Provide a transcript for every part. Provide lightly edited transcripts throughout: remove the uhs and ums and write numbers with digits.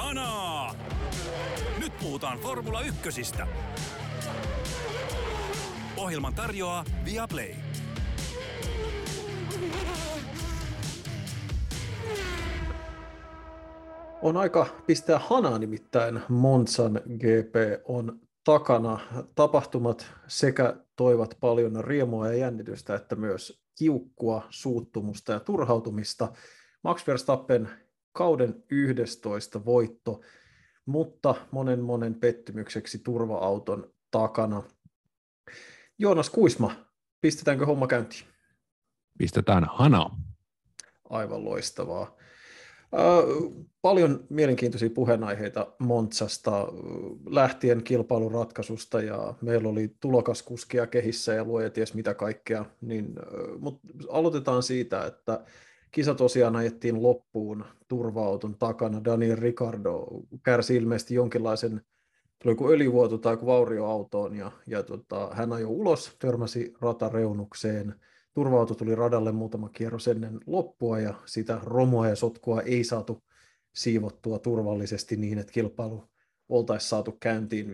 Kanaa! Nyt puhutaan Formula 1:stä. Ohjelman tarjoaa Viaplay. On aika pistää hanaa, nimittäin Monzan GP on takana. Tapahtumat sekä toivat paljon riemua ja jännitystä, että myös kiukkua, suuttumusta ja turhautumista. Max Verstappen kauden 11 voitto, mutta monen pettymykseksi turva-auton takana. Joonas Kuisma, pistetäänkö homma käyntiin? Pistetään hanaa. Aivan loistavaa. Paljon mielenkiintoisia puheenaiheita Monzasta lähtien kilpailuratkaisusta ja meillä oli tulokaskuskia kehissä ja luoja ties mitä kaikkea, mutta aloitetaan siitä, että kisa tosiaan ajettiin loppuun turva-auton takana. Daniel Ricciardo kärsi ilmeisesti jonkinlaisen öljyvuoto tai vaurio autoon ja hän ajoi ulos, törmäsi ratareunukseen. Turva-auto tuli radalle muutama kierros ennen loppua ja sitä romua ja sotkua ei saatu siivottua turvallisesti niin, että kilpailu oltaisiin saatu käyntiin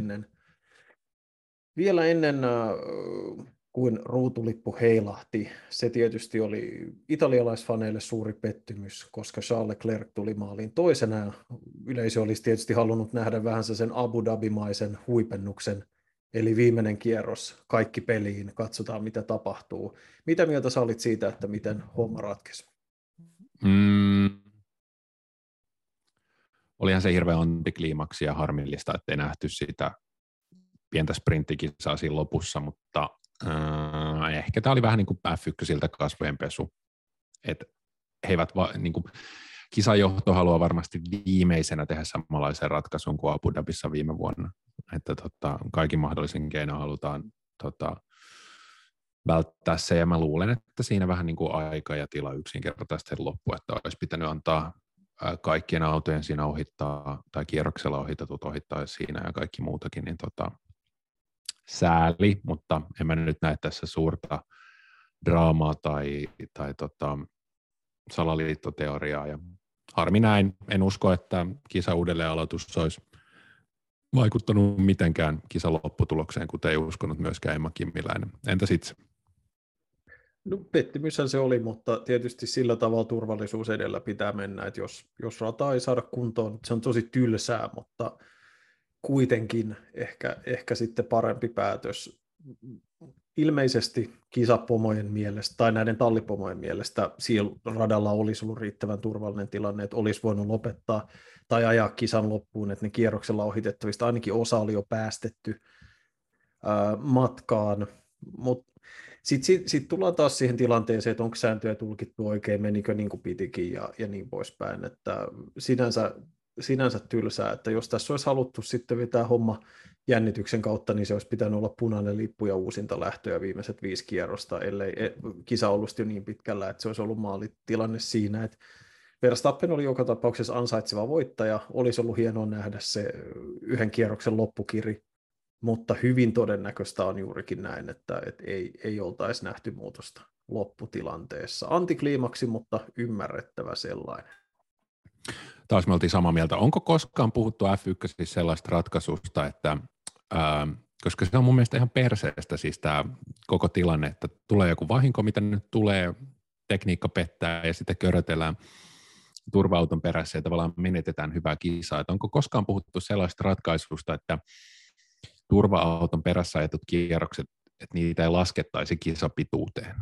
vielä ennen kuin ruutulippu heilahti. Se tietysti oli italialaisfaneille suuri pettymys, koska Charles Leclerc tuli maaliin toisena ja yleisö olisi tietysti halunnut nähdä vähän sen Abu Dhabimaisen huipennuksen. Eli viimeinen kierros, kaikki peliin, katsotaan mitä tapahtuu. Mitä mieltä sä olit siitä, että miten homma ratkesi? Olihan se hirveän antikliimaksi ja harmillista, ettei nähty sitä pientä sprinttikisaa siinä lopussa, mutta ehkä tämä oli vähän niin kuin F1-siltä kasvojenpesu. Että he eivät niin kuin, kisajohto haluaa varmasti viimeisenä tehdä samanlaisen ratkaisun kuin Abu Dhabissa viime vuonna. Että kaikin mahdollisen keinoin halutaan välttää se, ja mä luulen, että siinä vähän niin kuin aika ja tila yksinkertaisesti loppu, että olisi pitänyt antaa kaikkien autojen siinä ohittaa, tai kierroksella ohitetut ohittaa siinä ja kaikki muutakin, niin sääli, mutta en mä nyt näe tässä suurta draamaa tai salaliittoteoriaa, ja harmi näin. En usko, että kisa uudelleenaloitus olisi vaikuttanut mitenkään kisan lopputulokseen, kuten ei uskonut myöskään Emma Kimmiläinen. Entäs itse? No, pettymyshän se oli, mutta tietysti sillä tavalla turvallisuus edellä pitää mennä, että jos rataa ei saada kuntoon, se on tosi tylsää, mutta kuitenkin ehkä sitten parempi päätös. Ilmeisesti kisapomojen mielestä tai näiden tallipomojen mielestä siellä radalla olisi ollut riittävän turvallinen tilanne, että olisi voinut lopettaa tai ajaa kisan loppuun, että ne kierroksella ohitettavista ainakin osa oli jo päästetty matkaan, mutta sitten tullaan taas siihen tilanteeseen, että onko sääntöjä tulkittu oikein, menikö niin kuin pitikin ja niin poispäin, että sinänsä tylsää, että jos tässä olisi haluttu sitten vetää homma jännityksen kautta, niin se olisi pitänyt olla punainen lippu ja uusinta lähtöä viimeiset 5 kierrosta, ellei kisa ollut jo niin pitkällä, että se olisi ollut maalitilanne siinä, että Verstappen oli joka tapauksessa ansaitseva voittaja, olisi ollut hienoa nähdä se yhden kierroksen loppukiri, mutta hyvin todennäköistä on juurikin näin, että ei oltaisi nähty muutosta lopputilanteessa. Antikliimaksi, mutta ymmärrettävä sellainen. Taas me oltiin samaa mieltä. Onko koskaan puhuttu F1 sellaista ratkaisusta, että koska se on mun mielestä ihan perseestä siis tämä koko tilanne, että tulee joku vahinko, mitä nyt tulee, tekniikka pettää ja sitten körötellään turva-auton perässä ja tavallaan menetetään hyvää kisaa. Että onko koskaan puhuttu sellaista ratkaisusta, että turva-auton perässä ajetut kierrokset, että niitä ei laskettaisi kisapituuteen?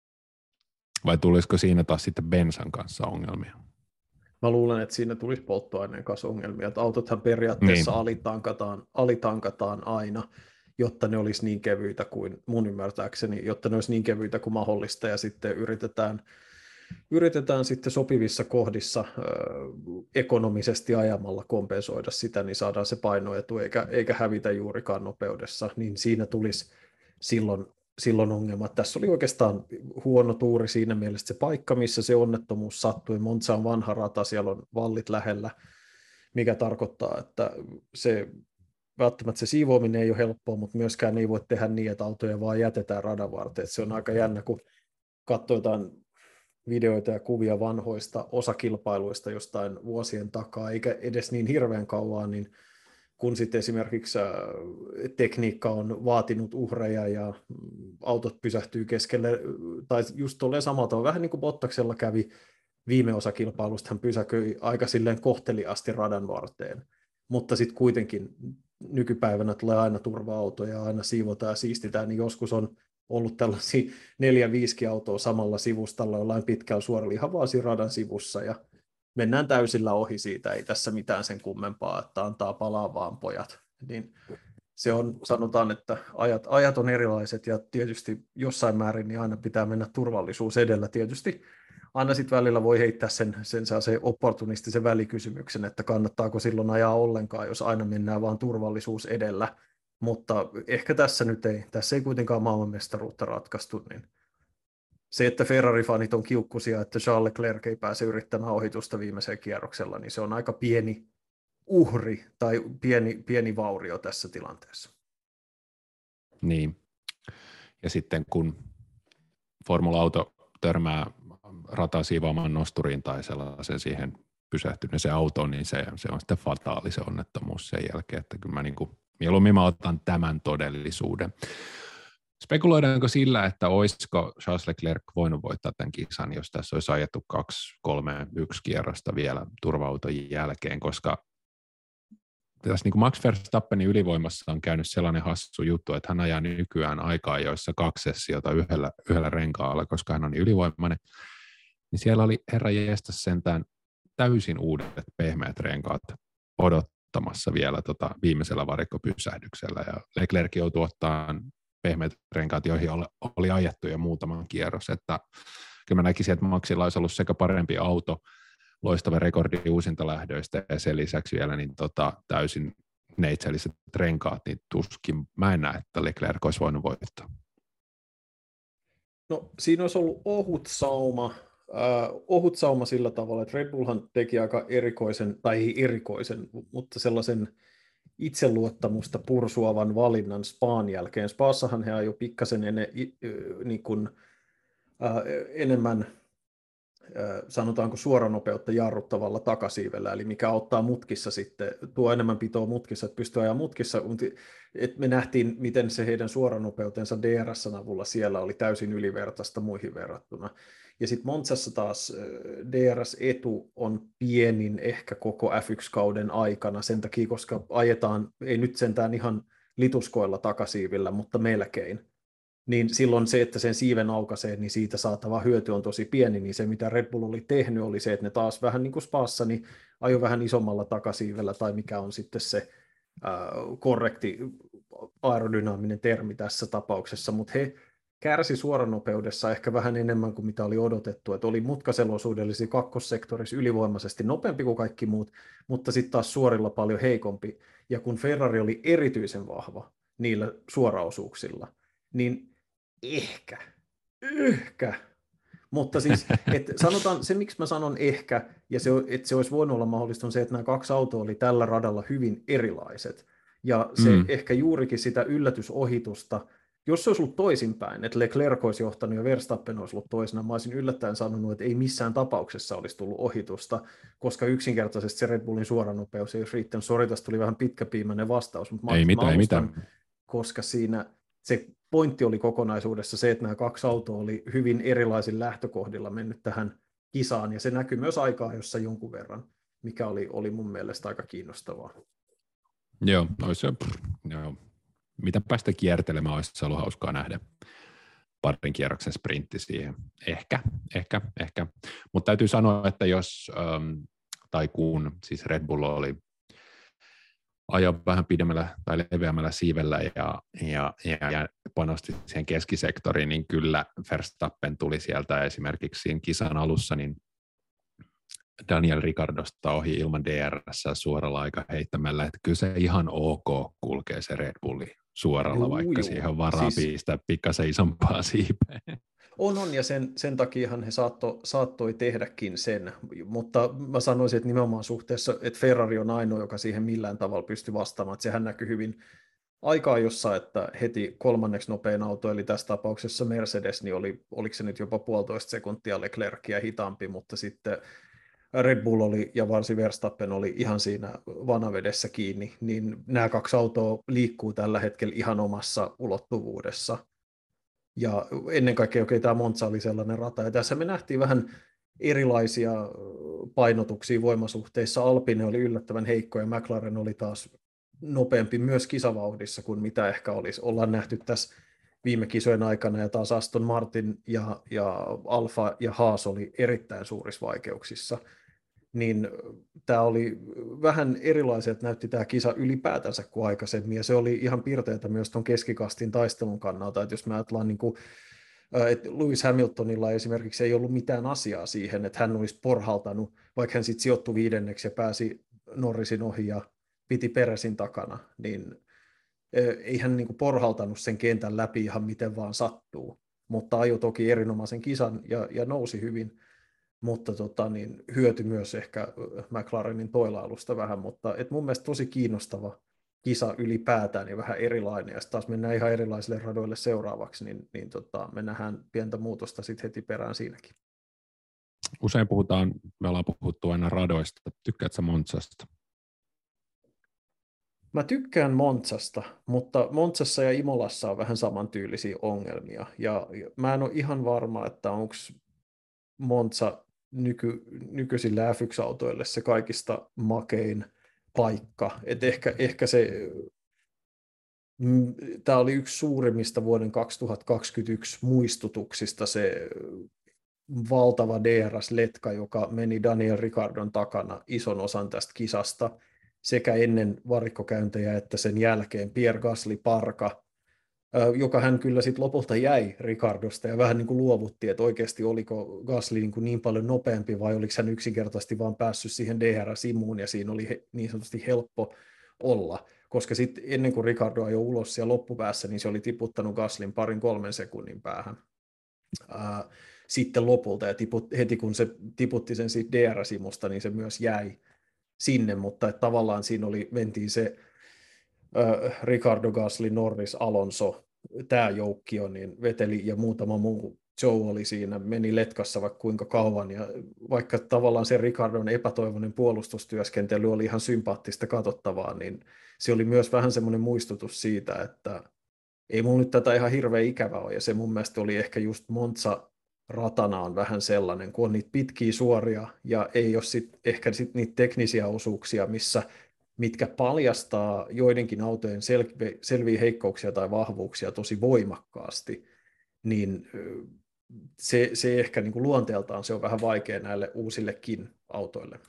Vai tulisiko siinä taas sitten bensan kanssa ongelmia? Mä luulen, että siinä tulisi polttoaineen kanssa ongelmia, että autothan periaatteessa alitankataan aina, jotta ne olisi niin kevyitä kuin mun ymmärtääkseni, jotta ne olisi niin kevyitä kuin mahdollista, ja sitten yritetään sitten sopivissa kohdissa ekonomisesti ajamalla kompensoida sitä, niin saadaan se painoetu eikä hävitä juurikaan nopeudessa, niin siinä tulisi silloin ongelma. Tässä oli oikeastaan huono tuuri siinä mielessä se paikka, missä se onnettomuus sattui. Monza on vanha rata, siellä on vallit lähellä, mikä tarkoittaa, että välttämättä se siivoaminen ei ole helppoa, mutta myöskään ei voi tehdä niin, että autoja vaan jätetään radan varteen. Se on aika jännä, kun katsoo jotain videoita ja kuvia vanhoista osakilpailuista jostain vuosien takaa, eikä edes niin hirveän kauan, niin kun sitten esimerkiksi tekniikka on vaatinut uhreja ja autot pysähtyy keskelle, tai just tolleen samalta, vähän niin kuin Bottaksella kävi viime osakilpailusta, hän pysäköi aika silleen kohteliaasti radan varteen, mutta sitten kuitenkin nykypäivänä tulee aina turva-autoja, aina siivotaan ja siistitään, niin joskus on ollut tällaisia 4-5 autoa samalla sivustalla jollain pitkällä suoralla ihan vaan siinä radan sivussa, ja mennään täysillä ohi siitä, ei tässä mitään sen kummempaa, että antaa palaa vaan pojat. Niin se on, sanotaan, että ajat on erilaiset, ja tietysti jossain määrin niin aina pitää mennä turvallisuus edellä. Tietysti aina sitten välillä voi heittää sen opportunistisen välikysymyksen, että kannattaako silloin ajaa ollenkaan, jos aina mennään vaan turvallisuus edellä. Mutta ehkä tässä ei kuitenkaan maailmanmestaruutta ratkaistu, niin se, että Ferrari-fanit on kiukkusia, että Charles Leclerc ei pääse yrittämään ohitusta viimeisellä kierroksella, niin se on aika pieni uhri tai pieni vaurio tässä tilanteessa. Niin. Ja sitten kun formula-auto törmää rataa siivoamaan nosturiin tai sellaisen siihen pysähtyneeseen autoon, niin se on sitten fataali se onnettomuus sen jälkeen, että kyllä mieluummin mä otan tämän todellisuuden. Spekuloidaanko sillä, että olisiko Charles Leclerc voinut voittaa tämän kisan, jos tässä olisi ajettu 2, 3, 1 kierrosta vielä turva-auton jälkeen, koska tässä niin kuin Max Verstappenin ylivoimassa on käynyt sellainen hassu juttu, että hän ajaa nykyään aikaa, joissa 2 sessiota yhdellä renkaalla, koska hän on niin ylivoimainen, niin siellä oli herra jestas sentään täysin uudet pehmeät renkaat odottamassa vielä viimeisellä varikkopysähdyksellä, ja Leclerc joutui ottamaan pehmeät renkaat, joihin oli ajettu jo muutaman kierros, että kyllä mä näkisin, että Maxilla olisi ollut sekä parempi auto, loistava rekordi uusintalähdöistä ja sen lisäksi vielä niin täysin neitselliset renkaat, niin tuskin mä en näe, että Leclerc olisi voinut voittaa. No siinä olisi ollut ohut sauma sillä tavalla, että Red Bullhan teki aika erikoisen, mutta sellaisen itseluottamusta pursuavan valinnan Spaan jälkeen. Spaassahan he ajoi pikkasen enemmän sanotaanko suoranopeutta jarruttavalla takasiivellä, eli mikä auttaa mutkissa sitten, tuo enemmän pitoa mutkissa, että pystyy ajaa mutkissa, että me nähtiin, miten se heidän suoranopeutensa DRS:n avulla siellä oli täysin ylivertaista muihin verrattuna. Ja sitten Monzassa taas DRS-etu on pienin ehkä koko F1-kauden aikana sen takia, koska ajetaan, ei nyt sentään ihan lituskoilla takasiivillä, mutta melkein. Niin silloin se, että sen siiven aukaisee, niin siitä saatava hyöty on tosi pieni, niin se mitä Red Bull oli tehnyt oli se, että ne taas vähän niin kuin Spaassa, niin ajoi vähän isommalla takasiivellä, tai mikä on sitten se korrekti aerodynaaminen termi tässä tapauksessa, mutta he kärsi suoranopeudessa ehkä vähän enemmän kuin mitä oli odotettu, että oli mutkaselosuudellisia kakkossektorissa ylivoimaisesti nopeampi kuin kaikki muut, mutta sitten taas suorilla paljon heikompi, ja kun Ferrari oli erityisen vahva niillä suoraosuuksilla, niin ehkä, mutta siis, että sanotaan, se miksi mä sanon ehkä, ja että se olisi voinut olla mahdollista, on se, että nämä 2 autoa oli tällä radalla hyvin erilaiset, ja se ehkä juurikin sitä yllätysohitusta, jos se olisi ollut toisinpäin, että Leclerc olisi johtanut ja Verstappen olisi ollut toisena, mä olisin yllättäen sanonut, että ei missään tapauksessa olisi tullut ohitusta, koska yksinkertaisesti se Red Bullin suoranopeus ei olisi riittänyt. Sori, tästä tuli vähän pitkäpiimäinen vastaus, mutta ei mitään. Koska siinä se pointti oli kokonaisuudessa se, että nämä 2 autoa oli hyvin erilaisin lähtökohdilla mennyt tähän kisaan, ja se näkyy myös aikaa, jossa jonkun verran, mikä oli mun mielestä aika kiinnostavaa. Joo. Mitä päästä kiertelemään, olisi ollut hauskaa nähdä parin kierroksen sprintti siihen. Ehkä. Mutta täytyy sanoa, että jos tai kun siis Red Bull oli ajaa vähän pidemmällä tai leveämmällä siivellä ja panosti siihen keskisektoriin, niin kyllä Verstappen tuli sieltä esimerkiksi siinä kisan alussa niin Daniel Ricciardosta ohi ilman DRS suoralla aika heittämällä, että kyllä se ihan ok kulkee se Red Bulli suoralla, vaikka siihen on varaa piistää pikkasen isompaa siipeä. On, ja sen takiahan he saattoi tehdäkin sen, mutta mä sanoisin, että nimenomaan suhteessa, että Ferrari on ainoa, joka siihen millään tavalla pystyi vastaamaan, että sehän näkyy hyvin aikaa jossa, että heti kolmanneksi nopein auto, eli tässä tapauksessa Mercedes, niin oliko se nyt jopa 1,5 sekuntia Leclercia hitaampi, mutta sitten Red Bull oli ja varsin Verstappen oli ihan siinä vanavedessä kiinni, niin nämä kaksi autoa liikkuu tällä hetkellä ihan omassa ulottuvuudessa. Ja ennen kaikkea tämä Monza oli sellainen rata, ja tässä me nähtiin vähän erilaisia painotuksia voimasuhteissa. Alpine oli yllättävän heikko ja McLaren oli taas nopeampi myös kisavauhdissa kuin mitä ehkä ollaan nähty tässä viime kisojen aikana, ja taas Aston Martin ja Alfa ja Haas oli erittäin suurissa vaikeuksissa. Niin tämä oli vähän erilaiset, näytti tämä kisa ylipäätänsä kuin aikaisemmin, ja se oli ihan piirteitä myös tuon keskikastin taistelun kannalta, että jos me ajatellaan niin kuin, että Lewis Hamiltonilla esimerkiksi ei ollut mitään asiaa siihen, että hän olisi porhaltanut, vaikka hän sitten sijoittui 5. ja pääsi Norrisin ohi ja piti Peresin takana, niin ei hän niin kuin porhaltanut sen kentän läpi ihan miten vaan sattuu, mutta ajoi toki erinomaisen kisan ja nousi hyvin, mutta niin hyöty myös ehkä McLarenin toilailusta vähän, mutta mun mielestä tosi kiinnostava kisa ylipäätään ja vähän erilainen, ja sitten taas mennään ihan erilaisille radoille seuraavaksi, niin me nähdään pientä muutosta sitten heti perään siinäkin. Usein me ollaan puhuttu aina radoista. Tykkäätkö sä Monzasta? Mä tykkään Monzasta, mutta Monzassa ja Imolassa on vähän samantyylisiä ongelmia, ja mä en ole ihan varma, että onko Monza nykyisille F1-autoille se kaikista makein paikka. Et ehkä se, tämä oli yksi suurimmista vuoden 2021 muistutuksista, se valtava DRS-letka, joka meni Daniel Ricciardon takana ison osan tästä kisasta, sekä ennen varikkokäyntejä että sen jälkeen Pierre Gasly parka, joka hän kyllä sitten lopulta jäi Ricciardosta ja vähän niin kuin luovutti, että oikeasti oliko Gasly niin paljon nopeampi vai oliko hän yksinkertaisesti vaan päässyt siihen DRS-imuun ja siinä oli niin sanotusti helppo olla, koska sitten ennen kuin Ricciardo ajoi ulos siellä loppupäässä, niin se oli tiputtanut Gaslyn 2-3 sekunnin päähän sitten lopulta, ja heti kun se tiputti sen siitä DRS-imusta, niin se myös jäi sinne, mutta että tavallaan siinä mentiin se Ricciardo, Gasly, Norris, Alonso, tämä joukkio, niin Vetteli ja muutama muu Joe oli siinä, meni letkassa vaikka kuinka kauan, ja vaikka tavallaan se Ricciardon epätoivoinen puolustustyöskentely oli ihan sympaattista katsottavaa, niin se oli myös vähän semmoinen muistutus siitä, että ei mulla nyt tätä ihan hirveän ikävä ole, ja se mun mielestä oli ehkä just Monza ratana on vähän sellainen, kun on niitä pitkiä suoria, ja ei ole ehkä niitä teknisiä osuuksia, mitkä paljastaa joidenkin autojen selviä heikkouksia tai vahvuuksia tosi voimakkaasti, niin se ehkä niin kuin luonteeltaan se on vähän vaikea näille uusillekin autoille.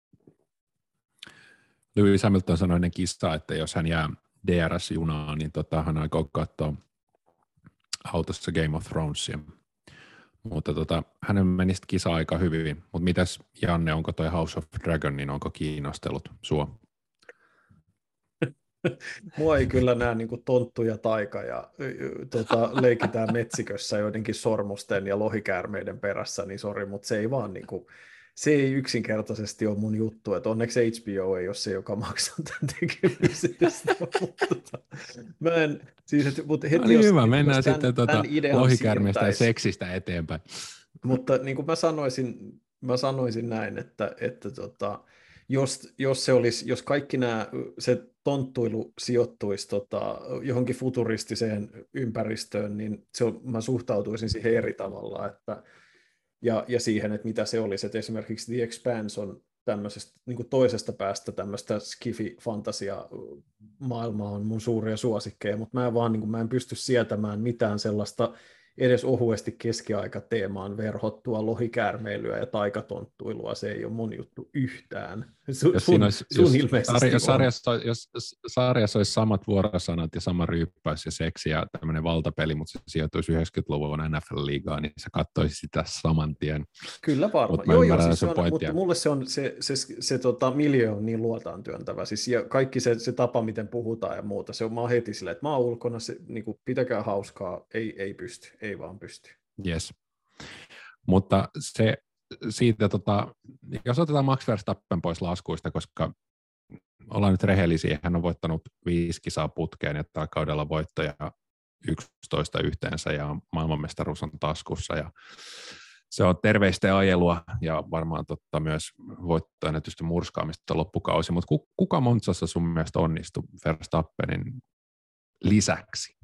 Lewis Hamilton sanoi ennen kisaa, että jos hän jää DRS-junaan, niin hän aikoo katsoa autossa Game of Thronesia. Mutta hänen meni sitten kisa aika hyvin. Mutta mitäs Janne, onko toi House of Dragon, niin onko kiinnostellut sua? Mua ei kyllä näe niin kuin tonttu ja taika ja leikitään metsikössä joidenkin sormusten ja lohikäärmeiden perässä, niin sori, mutta se ei vaan niin kuin, se ei yksinkertaisesti ole mun juttu, että onneksi HBO ei ole se, joka maksaa tämän tekemisestä. Mä en, siis, mutta heti niin jos, hyvä, mennään tämän, sitten lohikäärmeestä ja seksistä eteenpäin. Mutta niin kuin mä sanoisin näin, että jos kaikki se tonttuilu sijoittuisi johonkin futuristiseen ympäristöön, niin mä suhtautuisin siihen eri tavalla, ja siihen, että mitä se olisi, että esimerkiksi The Expanse on tämmöisestä niin kuin toisesta päästä tämmöistä skifi-fantasia-maailmaa on mun suuria suosikkeja, mutta mä en pysty sietämään mitään sellaista edes ohuesti keskiaikateemaan verhottua lohikäärmeilyä ja taikatonttuilua, se ei ole mun juttu yhtään. Jos sarjassa olisi samat vuorosanat ja sama ryyppäys ja seksi ja tämmöinen valtapeli, mutta se sijoittuisi 90-luvun NFL-liigaa, niin sä katsoisit sitä saman tien. Kyllä varmaan. Mutta mulle se on se miljö on niin luotaan työntävä. Siis, ja kaikki se tapa, miten puhutaan ja muuta, mä oon heti silleen, että mä oon ulkona, niin pitäkää hauskaa, ei pysty. Ei vaan pysty. Yes. Mutta siitä, jos otetaan Max Verstappen pois laskuista, koska ollaan nyt rehellisiä, hän on voittanut 5 kisaa putkeen ja tällä kaudella voittoja 11 yhteensä ja maailmanmestaruus on taskussa ja se on terveistä ajelua ja varmaan myös voittoennätysten murskaamista loppukausi, mutta kuka Monzassa sun mielestä onnistui Verstappenin lisäksi?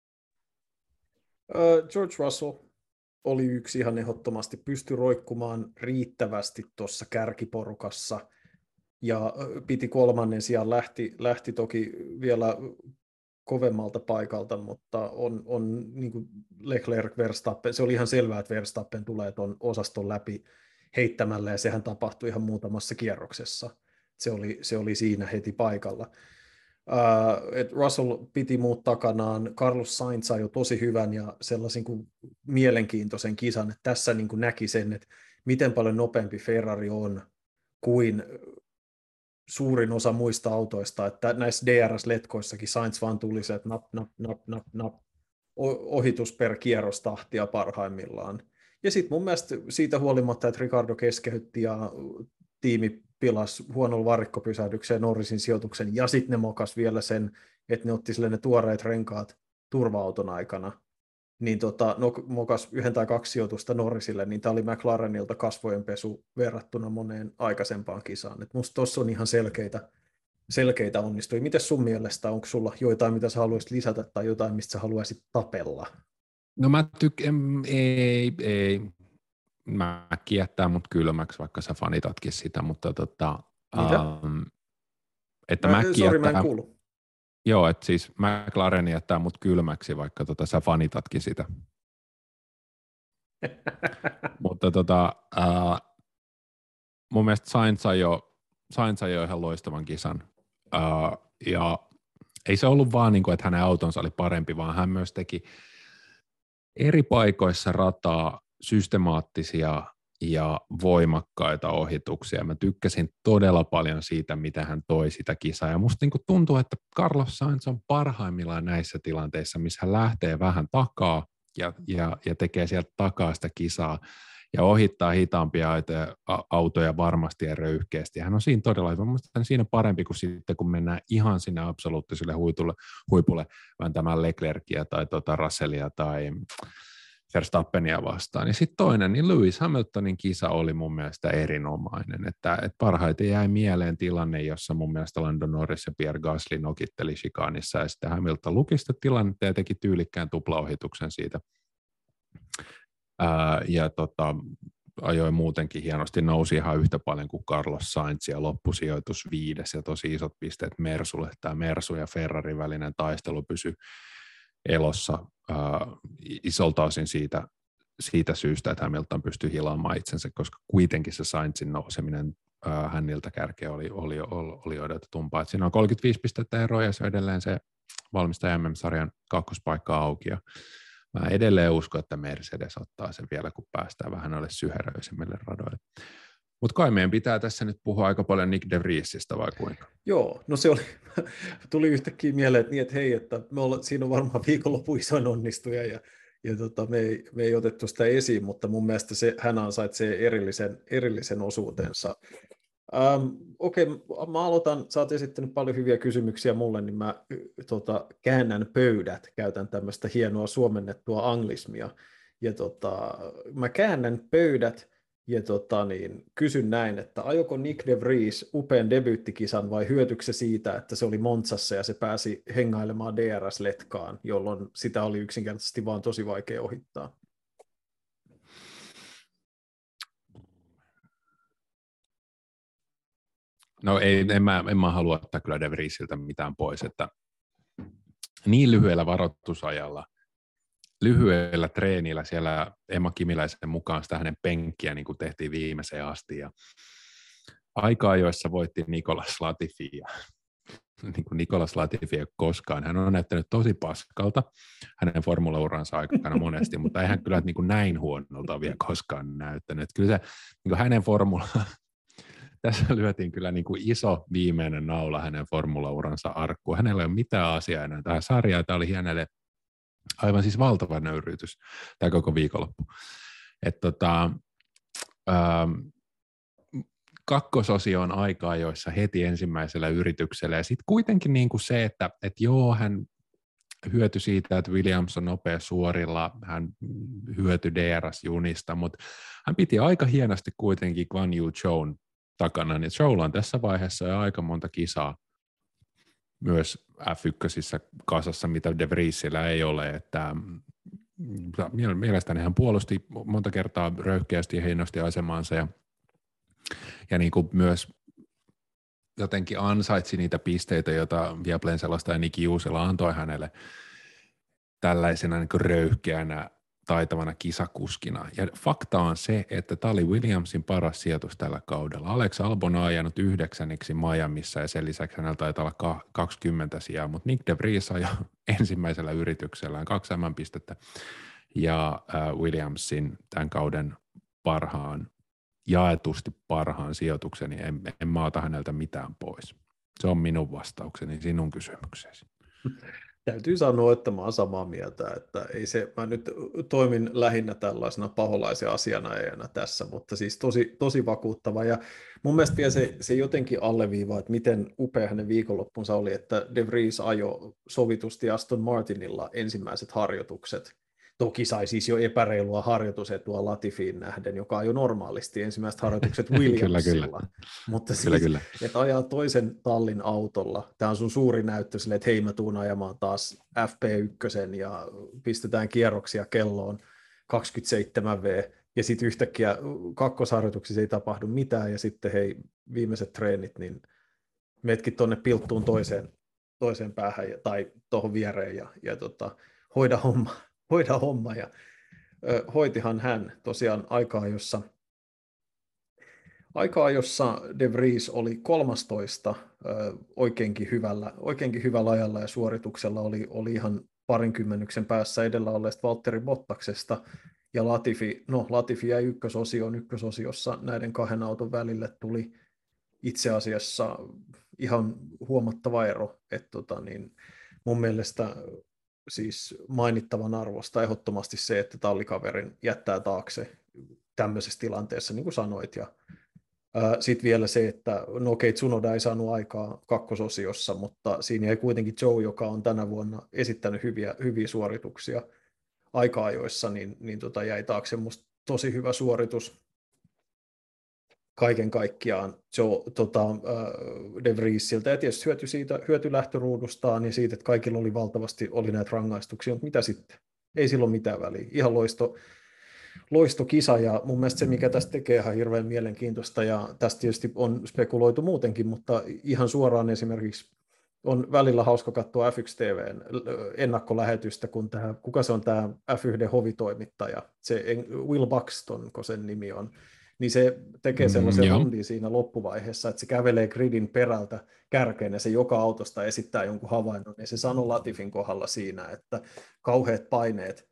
George Russell oli yksi ihan ehdottomasti, pystyi roikkumaan riittävästi tuossa kärkiporukassa ja piti 3. sijaan, lähti toki vielä kovemmalta paikalta, mutta on niin kuin Leclerc, Verstappen, se oli ihan selvää, että Verstappen tulee tuon osaston läpi heittämällä, ja sehän tapahtui ihan muutamassa kierroksessa. Se oli siinä heti paikalla. Russell piti muut takanaan, Carlos Sainz sai jo tosi hyvän ja sellaisen kuin mielenkiintoisen kisan, että tässä niin kuin näki sen, että miten paljon nopeampi Ferrari on kuin suurin osa muista autoista, että näissä DRS-letkoissakin Sainz vaan tuli se, että nap, ohitus per kierrostahtia parhaimmillaan. Ja sitten mun mielestä siitä huolimatta, että Ricardo keskeytti ja tiimi pilasi huonolla varikkopysähdykseen Norrisin sijoituksen, ja sitten ne mokas vielä sen, että ne otti sille ne tuoreet renkaat turva-auton aikana, niin mokas 1 tai 2 sijoitusta Norrisille, niin tämä oli McLarenilta kasvojenpesu verrattuna moneen aikaisempaan kisaan. Et musta tuossa on ihan selkeitä onnistui. Mites sun mielestä, onko sulla jotain, mitä sä haluaisit lisätä, tai jotain, mistä sä haluaisit tapella? No mä ei. Mä kiettää mut kylmäksi, vaikka sä fanitatkin sitä, mutta että mä en kuulu. Joo, että siis McLaren jättää mut kylmäksi, vaikka sä fanitatkin sitä. Mutta mun mielestä Sainz sai jo ihan loistavan kisan. Ja ei se ollut vaan niin kuin, että hänen autonsa oli parempi, vaan hän myös teki eri paikoissa rataa systemaattisia ja voimakkaita ohituksia. Mä tykkäsin todella paljon siitä, mitä hän toi sitä kisaa. Ja musta niinku tuntuu, että Carlos Sainz on parhaimmillaan näissä tilanteissa, missä hän lähtee vähän takaa ja tekee sieltä takaa sitä kisaa ja ohittaa hitaampia autoja varmasti ja röyhkeästi. Hän on siinä todella hyvä. Mielestäni siinä parempi kuin sitten, kun mennään ihan sinne absoluuttiselle huipulle vääntämään Leclercia tai Russellia tai Verstappenia vastaan. Ja sitten toinen, niin Lewis Hamiltonin kisa oli mun mielestä erinomainen. Että parhaiten jäi mieleen tilanne, jossa mun mielestä Lando Norris ja Pierre Gasly nokitteli chikaanissa, ja sitten Hamilton luki sitä tilannetta ja teki tyylikkään tuplaohituksen siitä. Ja ajoi muutenkin hienosti, nousi ihan yhtä paljon kuin Carlos Sainz ja loppusijoitus 5 ja tosi isot pisteet Mersulle. Tämä Mersu ja Ferrarin välinen taistelu pysyi elossa isolta osin siitä syystä, että Hamilton pystyi hilaamaan itsensä, koska kuitenkin se Sainzin nouseminen häniltä kärkeä oli odotetumpaa. Siinä on 35 pistettä eroa ja se on edelleen se valmistaja MM-sarjan kakkospaikka auki. Ja mä edelleen uskon, että Mercedes ottaa sen vielä, kun päästään vähän noille syheröisemmille radoille. Mutta kai meidän pitää tässä nyt puhua aika paljon Nick de Vriesistä, vai kuinka? Joo, no se tuli yhtäkkiä mieleen, että hei, että siinä on varmaan viikonloppu isoin onnistuja, ja me ei otettu sitä esiin, mutta mun mielestä hän ansaitsee erillisen osuutensa. Okei, mä aloitan, sä oot esittänyt paljon hyviä kysymyksiä mulle, niin mä käännän pöydät, käytän tämmöistä hienoa suomennettua anglismia, ja mä käännän pöydät, ja kysyn näin, että ajoko Nick de Vries upean debyyttikisan vai hyötyykö se siitä, että se oli Monzassa ja se pääsi hengailemaan DRS-letkaan, jolloin sitä oli yksinkertaisesti vaan tosi vaikea ohittaa? No en mä halua ottaa kyllä de Vriesiltä mitään pois, että niin lyhyellä varoitusajalla, lyhyellä treenillä siellä Emma Kimiläisen mukaan sitä hänen penkkiä niin kuin tehtiin viimeiseen asti. Ja aika-ajoissa voitti Nicolas Latifi. Niin kuin Nicolas Latifi ei ole koskaan. Hän on näyttänyt tosi paskalta hänen formulauransa aikana monesti, mutta eihän kyllä niin kuin näin huonolta vielä koskaan näyttänyt. Kyllä se niin kuin hänen tässä lyötiin kyllä niin kuin iso viimeinen naula hänen formulauransa arkkuun. Hänellä ei ole mitään asiaa enää tähän sarjaan. Tämä oli hänelle aivan siis valtava nöyryytys tämä koko viikonloppu. kakkososioon aikaa, joissa heti ensimmäisellä yrityksellä. Ja sitten kuitenkin niin kuin se, että joo, hän hyötyi siitä, että Williams on nopea suorilla, hän hyötyi DRS-junista, mutta hän piti aika hienosti kuitenkin Guan Yu Zhoun takana, niin Zhoulla on tässä vaiheessa jo aika monta kisaa myös F1 kasassa, mitä De Vriesillä ei ole, että mielestäni hän puolusti monta kertaa röyhkeästi ja hienosti asemaansa ja niin kuin myös jotenkin ansaitsi niitä pisteitä, joita Viaplayn selostaja Niki Juusela antoi hänelle tällaisena niin kuin röyhkeänä, taitavana kisakuskina. Ja fakta on se, että tämä oli Williamsin paras sijoitus tällä kaudella. Alex Albon on ajanut 9. Miamissa ja sen lisäksi hänellä taitaa olla 20 sijaa, mutta Nick de Vries ajoi ensimmäisellä yrityksellään 2 M-pistettä ja Williamsin tämän kauden jaetusti parhaan sijoituksen, niin en mä ota häneltä mitään pois. Se on minun vastaukseni sinun kysymykseesi. Täytyy sanoa, että mä oon samaa mieltä, että ei se, mä nyt toimin lähinnä tällaisena paholaisen asianajajana tässä, mutta siis tosi vakuuttava, ja mun mielestä vielä se jotenkin alleviivaa, että miten upea hänen viikonloppunsa oli, että De Vries ajoi sovitusti Aston Martinilla ensimmäiset harjoitukset. Toki sai siis jo epäreilua harjoitusetua Latifiin nähden, joka ajoi normaalisti ensimmäiset harjoitukset Williamsilla. Kyllä. Mutta siis, että ajaa toisen tallin autolla, tämä on sun suuri näyttö silleen, että hei mä tuun ajamaan taas FP1 ja pistetään kierroksia kelloon 27V, ja sitten yhtäkkiä kakkosharjoituksissa ei tapahdu mitään, ja sitten hei viimeiset treenit, niin metkin tuonne pilttuun toiseen päähän tai tuohon viereen ja hoida homma, ja hoitihan hän tosiaan aikaa, jossa De Vries oli 13 oikeinkin hyvällä ajalla ja suorituksella oli ihan parinkymmenyksen päässä edellä olleesta Valtteri Bottaksesta, ja Latifi jäi ykkösosiossa näiden 2 auton välille tuli itse asiassa ihan huomattava ero, että mun mielestä siis mainittavan arvosta ehdottomasti se, että tallikaverin jättää taakse tämmöisessä tilanteessa, niin kuin sanoit. Ja sitten vielä se, että no okei, Tsunoda ei saanut aikaa kakkososiossa, mutta siinä jäi kuitenkin Zhou, joka on tänä vuonna esittänyt hyviä suorituksia aika-ajoissa, niin jäi taakse. Musta tosi hyvä suoritus kaiken kaikkiaan De Vriesiltä, ja tietysti hyöty lähtöruudustaan ja siitä, että kaikilla oli valtavasti näitä rangaistuksia, mutta mitä sitten? Ei silloin mitään väliä. Ihan loistokisa, ja mun mielestä se, mikä tästä tekee ihan hirveän mielenkiintoista, ja tästä tietysti on spekuloitu muutenkin, mutta ihan suoraan esimerkiksi on välillä hauska katsoa F1 TV:n ennakkolähetystä, kun kuka se on tämä F1 hovitoimittaja, se Will Buxton, kun sen nimi on, niin se tekee sellaisen rundin siinä loppuvaiheessa, että se kävelee gridin perältä kärkeen ja se joka autosta esittää jonkun havainnon, ja se sanoi Latifin kohdalla siinä, että kauheat paineet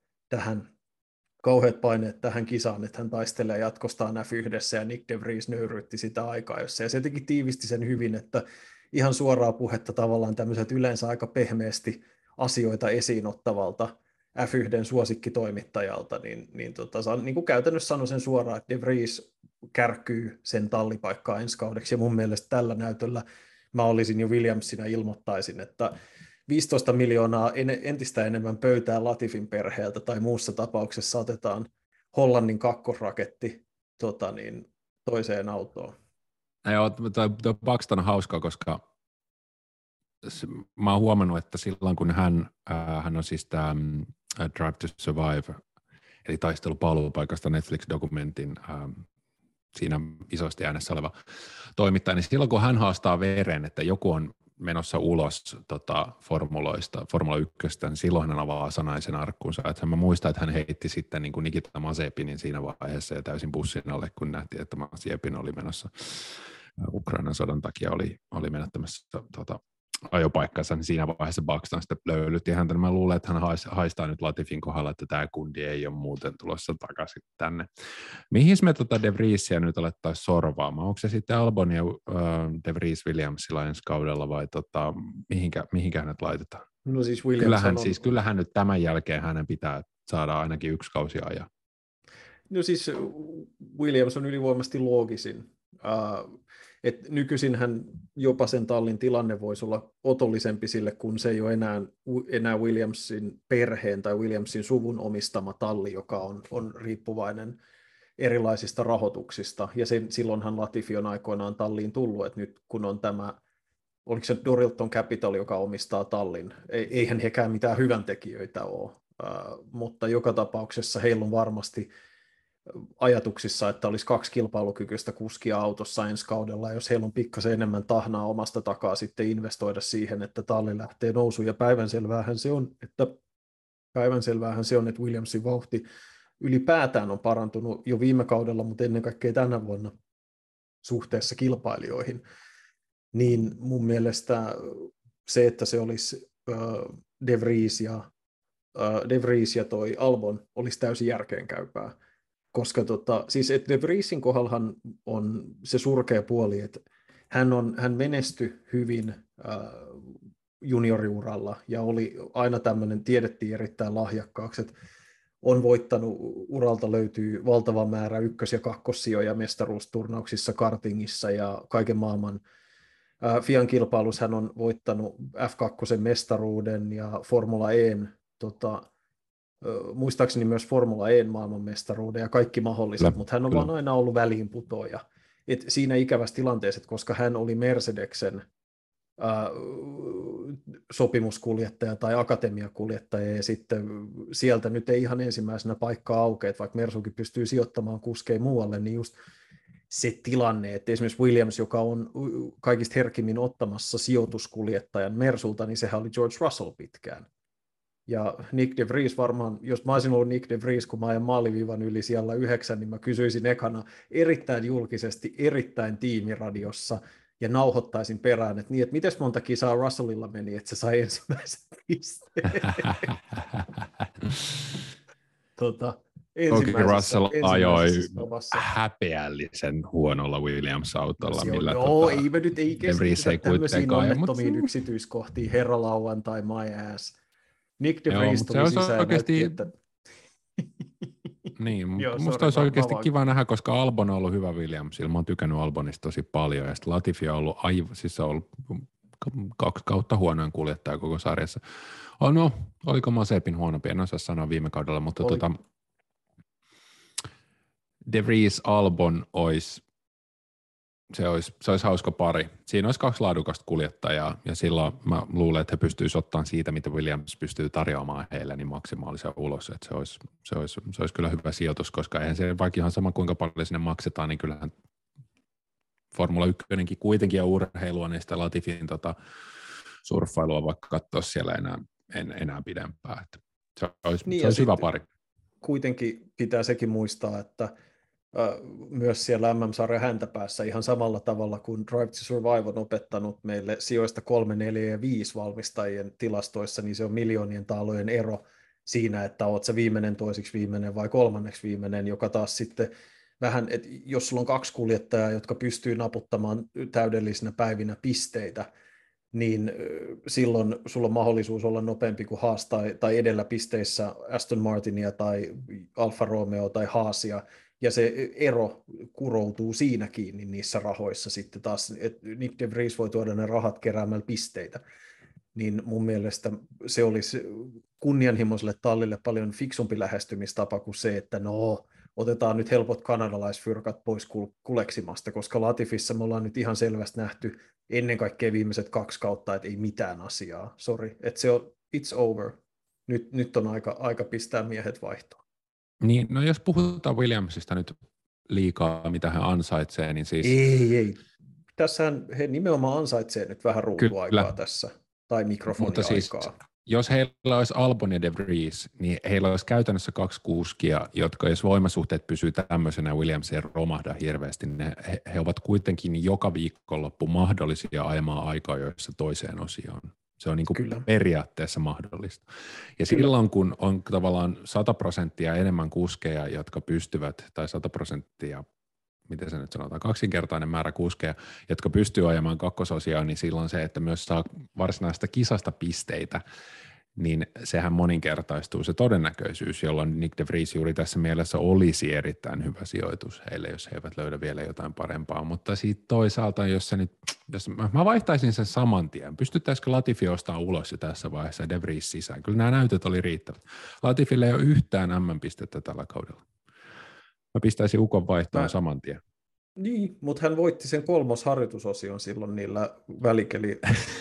tähän kisaan, että hän taistelee jatkostaan F1, ja Nick de Vries nöyryytti sitä aikaa, jossa, ja se jotenkin tiivisti sen hyvin, että ihan suoraa puhetta tavallaan tämmöiset yleensä aika pehmeästi asioita esiin ottavalta F1 suosikkitoimittajalta, niin kuin käytännössä sanoi sen suoraan, että De Vries kärkyy sen tallipaikkaa ensi kaudeksi, ja mun mielestä tällä näytöllä mä olisin jo Williamsina ilmoittaisin, että 15 miljoonaa entistä enemmän pöytää Latifin perheeltä, tai muussa tapauksessa otetaan Hollannin kakkosraketti toiseen autoon. Joo, tuo Buxton on hauskaa, koska mä oon huomannut, että silloin kun hän on siis tämä Drive to Survive, eli taistelu paluupaikasta Netflix-dokumentin siinä isosti äänessä oleva toimittaja, niin silloin kun hän haastaa veren, että joku on menossa ulos formuloista, Formula 1, niin silloin hän avaa sanaisen arkkuunsa. Että mä muistan, että hän heitti sitten niin kuin Nikita Mazepinin siinä vaiheessa ja täysin bussin alle, kun nähtiin, että Mazepin oli menossa Ukrainan sodan takia oli menettämässä ajopaikkansa, niin siinä vaiheessa Buxton sitten löylytti häntä. Mä luulen, että hän haistaa nyt Latifin kohdalla, että tämä kundi ei ole muuten tulossa takaisin tänne. Mihin me De Vriesia nyt alettaisiin sorvaamaan? Onko se sitten Albon ja De Vries Williamsilla ensi kaudella vai mihinkä hänet laitetaan? No siis kyllähän nyt tämän jälkeen hänen pitää saada ainakin 1 kausi ajaa. No siis Williams on ylivoimaisesti loogisin Et nykyisinhän jopa sen tallin tilanne voisi olla otollisempi sille, kun se ei ole enää Williamsin perheen tai Williamsin suvun omistama talli, joka on riippuvainen erilaisista rahoituksista. Ja silloinhan Latifi on aikoinaan talliin tullut, että nyt kun on tämä, oliko se Dorilton Capital, joka omistaa tallin, eihän hekään mitään hyväntekijöitä ole, mutta joka tapauksessa heillä on varmasti ajatuksissa, että olisi 2 kilpailukykyistä kuskia autossa ensi kaudella, jos heillä on pikkasen enemmän tahnaa omasta takaa sitten investoida siihen, että talli lähtee nousuun, ja päivänselväähän se on, että Williamsin vauhti ylipäätään on parantunut jo viime kaudella, mutta ennen kaikkea tänä vuonna suhteessa kilpailijoihin, niin mun mielestä se, että se olisi De Vries ja toi Albon olisi täysin järkeenkäypää. Koska siis De Vriesin kohdallahan on se surkea puoli, että hän menestyi hyvin junioriuralla ja oli aina tämmöinen, tiedettiin erittäin lahjakkaaksi, että on voittanut, uralta löytyy valtava määrä ykkös- ja kakkossijoja mestaruusturnauksissa, kartingissa ja kaiken maailman. FIAn kilpailussa hän on voittanut F2 mestaruuden ja Formula E:n muistaakseni myös Formula E:n maailmanmestaruuden ja kaikki mahdolliset, mutta hän on vaan aina ollut väliinputoaja. Et siinä ikävässä tilanteessa, että koska hän oli Mercedeksen sopimuskuljettaja tai akatemiakuljettaja, ja sitten sieltä nyt ei ihan ensimmäisenä paikkaa aukea, että vaikka Mersukin pystyy sijoittamaan kuskeja muualle, niin just se tilanne, että esimerkiksi Williams, joka on kaikista herkimmin ottamassa sijoituskuljettajan Mersulta, niin sehän oli George Russell pitkään. Ja Nick De Vries varmaan, jos mä olisin ollut Nick De Vries, kun mä ajan maaliviivan yli siellä 9, niin mä kysyisin ekana erittäin julkisesti, erittäin tiimiradiossa, ja nauhoittaisin perään, että mites monta kisaa Russellilla meni, että se sai ensimmäisen pisteen. Toki Russell ajoi häpeällisen huonolla Williams-autolla, millä ei me nyt ei keskitytä tämmöisiin onnettomiin yksityiskohtiin, herra lauantai, my ass. Nick De Vries tuli sisään oikeasti... että... Niin, musta olisi oikeasti kiva nähdä, koska Albon on ollut hyvä Williamsilla. Mä oon tykännyt Albonista tosi paljon, ja sitten Latifi on ollut siis on ollut 2 kautta huonoin kuljettaja koko sarjassa. No, oliko Mazepin huonompi, en osaa sanoa viime kaudella, mutta De Vries Albon se olisi hauska pari. Siinä olisi 2 laadukasta kuljettajaa, ja silloin mä luulen, että he pystyisivät ottamaan siitä, mitä Williams pystyy tarjoamaan heille, niin maksimaalisen ulos. Että se olisi kyllä hyvä sijoitus, koska eihän se vaikka ihan sama, kuinka paljon sinne maksetaan, niin kyllähän Formula 1 kuitenkin on urheilua, niin sitä Latifin surffailua vaikka katsoa siellä enää pidempään. Että se olisi hyvä pari. Kuitenkin pitää sekin muistaa, että myös siellä MM-sarjan häntäpäässä ihan samalla tavalla kuin Drive to Survive on opettanut meille sijoista 3, 4 ja 5 valmistajien tilastoissa, niin se on miljoonien taalojen ero siinä, että oot sä viimeinen, toiseksi viimeinen vai kolmanneksi viimeinen, joka taas sitten vähän, että jos sulla on 2 kuljettajaa, jotka pystyy naputtamaan täydellisinä päivinä pisteitä, niin silloin sulla on mahdollisuus olla nopeampi kuin Haas tai edellä pisteissä Aston Martinia tai Alfa Romeo tai Haasia, ja se ero kuroutuu siinä kiinni niissä rahoissa sitten taas, että Nick De Vries voi tuoda ne rahat keräämällä pisteitä, niin mun mielestä se olisi kunnianhimoiselle tallille paljon fiksumpi lähestymistapa kuin se, että otetaan nyt helpot kanadalaisfyrkat pois kuleksimasta, koska Latifissa me ollaan nyt ihan selvästi nähty ennen kaikkea viimeiset 2 kautta, että ei mitään asiaa, sori, että se on, it's over, nyt on aika pistää miehet vaihtoon. Niin, no jos puhutaan Williamsista nyt liikaa, mitä hän ansaitsee, niin siis... Ei. Tässähän he nimenomaan ansaitsee nyt vähän ruutuaikaa tässä, tai mikrofoniaikaa. Siis, jos heillä olisi Albon ja De Vries, niin heillä olisi käytännössä 2 kuskia, jotka jos voimasuhteet pysyy tämmöisenä, Williams ei romahda hirveästi, niin he ovat kuitenkin joka viikonloppu mahdollisia ajamaan aikaa, joissa toiseen osioon. Se on niin kuin periaatteessa mahdollista. Ja silloin, kun on tavallaan 100% enemmän kuskeja, jotka pystyvät, tai 100%, miten se nyt sanotaan, 2-kertainen määrä kuskeja, jotka pystyy ajamaan kakkososiaan, niin silloin se, että myös saa varsinaista kisasta pisteitä, niin sehän moninkertaistuu se todennäköisyys, jolloin Nick de Vries juuri tässä mielessä olisi erittäin hyvä sijoitus heille, jos he eivät löydä vielä jotain parempaa, mutta sitten toisaalta, jos mä vaihtaisin sen saman tien, pystyttäisikö Latifi ostaa ulos jo tässä vaiheessa de Vries sisään? Kyllä nämä näytöt oli riittävät. Latifille ei ole yhtään M-pistettä tällä kaudella. Mä pistäisin ukon vaihtoon saman tien. Niin, mutta hän voitti sen 3. harjoitusosion silloin niillä välikeli.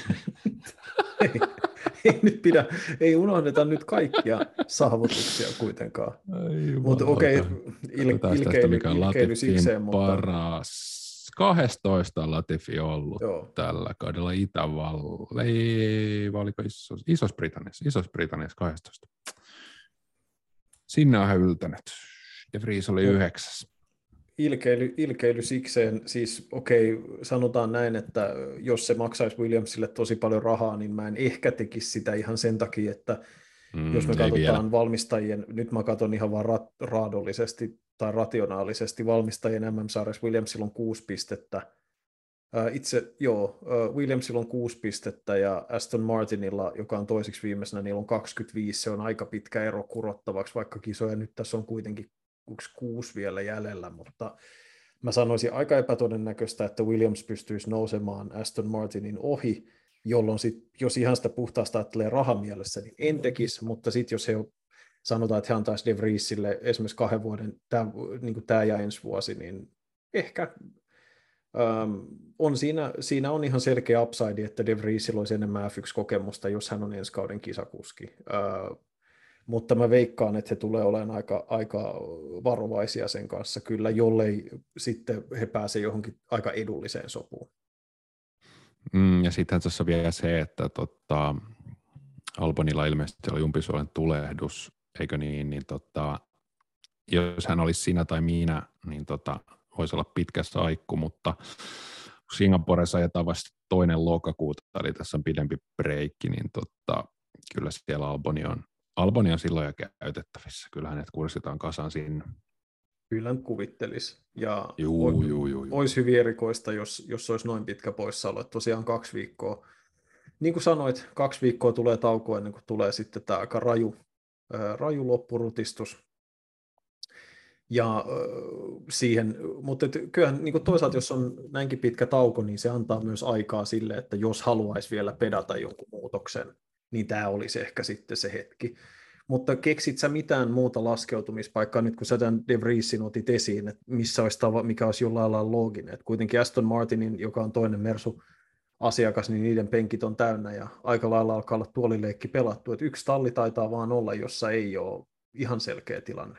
ei unohdeta nyt kaikkia saavutuksia kuitenkaan. Mutta okei, ilkeily sikseen. Paras 12 Latifi on ollut tällä kaudella Itävalla. Ei, oliko Isossa-Britanniassa 12. Sinne on hän yltänyt. De Vries oli 9. Ilkeily sikseen, siis sanotaan näin, että jos se maksaisi Williamsille tosi paljon rahaa, niin mä en ehkä tekisi sitä ihan sen takia, että jos me katsotaan valmistajien, nyt mä katson ihan vaan raadollisesti tai rationaalisesti, valmistajien MM-sarjassa Williamsilla on 6 pistettä. Williamsilla on 6 pistettä ja Aston Martinilla, joka on toiseksi viimeisenä, niillä on 25, se on aika pitkä ero kurottavaksi, vaikka kisoja nyt tässä on kuitenkin 6 vielä jäljellä, mutta mä sanoisin aika epätodennäköistä, että Williams pystyisi nousemaan Aston Martinin ohi, jolloin jos ihan sitä puhtaasta ajattelee rahamielessä, niin en tekisi, mutta sitten jos he sanotaan, että he antaisi De Vriesille esimerkiksi 2 vuoden, tämä ja ensi vuosi, niin ehkä siinä on ihan selkeä upside, että De Vriesillä olisi enemmän F1-kokemusta, jos hän on ensi kauden kisakuski. Mutta mä veikkaan, että he tulee olemaan aika varovaisia sen kanssa kyllä, jollei sitten he pääse johonkin aika edulliseen sopuun. Ja sitten tässä on vielä se, että Albonilla ilmeisesti oli umpisuolen tulehdus, eikö niin, jos hän olisi sinä tai minä, niin voisi olla pitkä saikku, mutta Singaporessa ajetaan vasta 2. lokakuuta, eli tässä on pidempi breikki, niin kyllä siellä Alboni on silloin jo käytettävissä. Kyllä hänet kurssitaan kasaan sinne. Kyllä kuvittelisi. Ja olisi hyvin erikoista, jos olisi noin pitkä poissaolo. Että tosiaan 2 viikkoa. Niin kuin sanoit, 2 viikkoa tulee taukoa ennen kuin tulee sitten tämä aika raju loppurutistus. Ja mutta kyllähän niin kuin toisaalta, jos on näinkin pitkä tauko, niin se antaa myös aikaa sille, että jos haluaisi vielä pedata jonkun muutoksen, niin tämä olisi ehkä sitten se hetki. Mutta keksit sä mitään muuta laskeutumispaikkaa nyt, kun sä tämän De Vriesin otit esiin, että mikä olisi jollain lailla looginen. Että kuitenkin Aston Martinin, joka on toinen Mersu-asiakas, niin niiden penkit on täynnä ja aika lailla alkaa olla tuolileikki pelattu. Että yksi talli taitaa vaan olla, jossa ei ole ihan selkeä tilanne.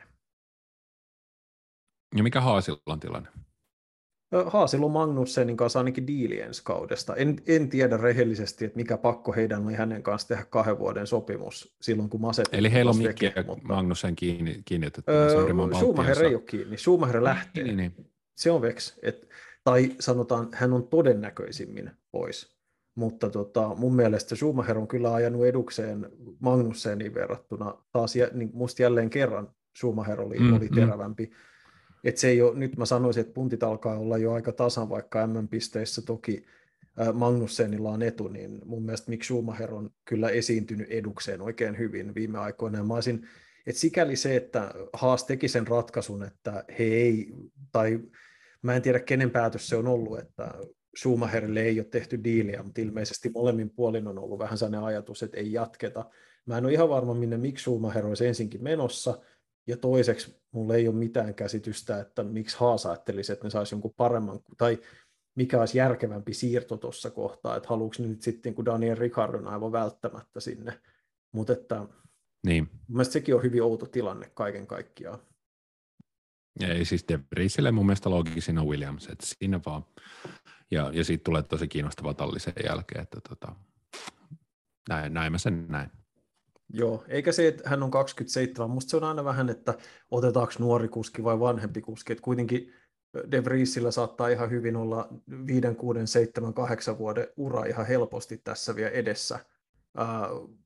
Ja mikä Haasilla on tilanne? Haasilla on Magnussenin kanssa ainakin diili ensi kaudesta. En tiedä rehellisesti, että mikä pakko heidän oli hänen kanssa tehdä 2 vuoden sopimus silloin, kun Masetti. Eli heillä on Mikki ja Magnussen kiinnitetty. Schumacher ei ole kiinni. Schumacher lähtee. Niin. Se on veks. Tai sanotaan, hän on todennäköisimmin pois. Mutta mun mielestä Schumacher on kyllä ajanut edukseen Magnusseniin verrattuna. Taas niin musta jälleen kerran Schumacher oli terävämpi. Että se ei ole, nyt mä sanoisin, että puntit alkaa olla jo aika tasan, vaikka MM-pisteissä toki Magnussenilla on etu, niin mun mielestä Mick Schumacher on kyllä esiintynyt edukseen oikein hyvin viime aikoina. Ja mä olisin, että sikäli se, että Haas teki sen ratkaisun, että he ei, tai mä en tiedä kenen päätös se on ollut, että Schumacherille ei ole tehty diiliä, mutta ilmeisesti molemmin puolin on ollut vähän sellainen ajatus, että ei jatketa. Mä en ole ihan varma, minne Mick Schumacher olisi ensinkin menossa, ja toiseksi mulla ei ole mitään käsitystä, että miksi Haas ajattelisi, että ne saisi jonkun paremman, tai mikä olisi järkevämpi siirto tuossa kohtaa, että haluuks nyt sitten kun Daniel Ricciardon aivan välttämättä sinne. Mutta että niin. Mun mielestä sekin on hyvin outo tilanne kaiken kaikkiaan. Ei siis De Vriesille mun mielestä loogisin on Williams, että siinä vaan. Ja siitä tulee tosi kiinnostava talli sen jälkeen, että näin mä sen näin. Joo, eikä se, että hän on 27, musta se on aina vähän, että otetaanko nuori kuski vai vanhempi kuski, että kuitenkin De Vriesillä saattaa ihan hyvin olla 5, 6, 7, 8 vuoden ura ihan helposti tässä vielä edessä.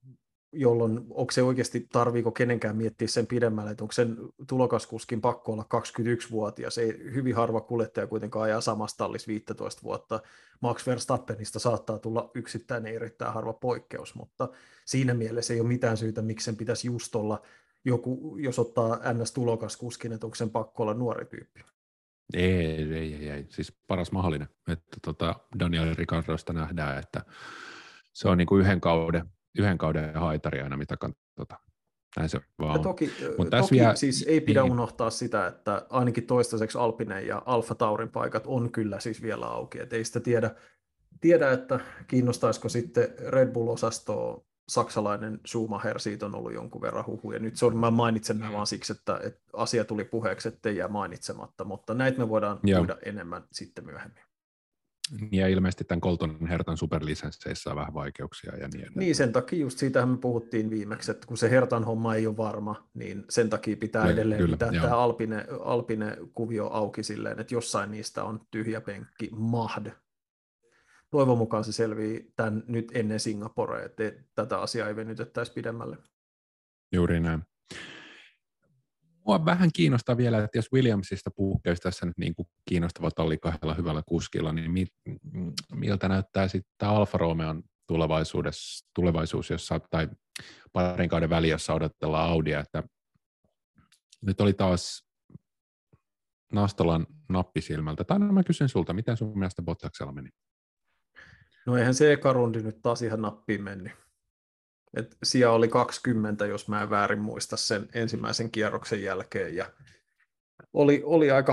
jolloin onko se oikeasti, tarviiko kenenkään miettiä sen pidemmälle, että onko sen tulokaskuskin pakko olla 21-vuotias, ei hyvin harva kuljettaja kuitenkaan ajaa samassa tallissa 15 vuotta, Max Verstappenista saattaa tulla yksittäinen erittäin harva poikkeus, mutta siinä mielessä ei ole mitään syytä, miksi sen pitäisi just olla joku, jos ottaa NS-tulokaskuskin, että onko sen pakko olla nuori tyyppi. Ei. Siis paras mahdollinen. Että Daniel Ricciardosta nähdään, että se on niin kuin yhden kauden haitari aina, mitä katsotaan. Näin se vaan on. Toki vielä, siis ei pidä unohtaa sitä, että ainakin toistaiseksi Alpine ja Alfa Taurin paikat on kyllä siis vielä auki. Et ei sitä tiedä, että kiinnostaisiko sitten Red Bull-osastoa saksalainen Schumacher, siitä on ollut jonkun verran huhuja. Nyt mä mainitsen nämä vaan siksi, että asia tuli puheeksi, ettei jää mainitsematta, mutta näitä me voidaan puhuda enemmän sitten myöhemmin. Ja ilmeisesti tämän Colton Hertan superlisensseissä on vähän vaikeuksia ja niin edelleen. Niin, sen takia just siitähän me puhuttiin viimeksi, että kun se Hertan homma ei ole varma, niin sen takia pitää edelleen pitää tämä Alpine-kuvio auki silleen, että jossain niistä on tyhjä penkki mahd. Toivon mukaan se selvii tämän nyt ennen Singaporea, että tätä asiaa ei venytettäisi pidemmälle. Juuri näin. Mua vähän kiinnostaa vielä, että jos Williamsista puhkeisi tässä nyt niin kuin kiinnostava talli kahdella hyvällä kuskilla, niin miltä näyttää sitten Alfa Romeon tulevaisuus, jossa, tai parin kauden väliin, jossa odotellaan Audia, että nyt oli taas Nastolan nappisilmältä. Tai mä kysyn sulta, miten sun mielestä Bottaksella meni? No eihän se eka rundi nyt taas ihan nappiin mennyt. Et sija oli 20, jos mä en väärin muista sen ensimmäisen kierroksen jälkeen. Ja oli aika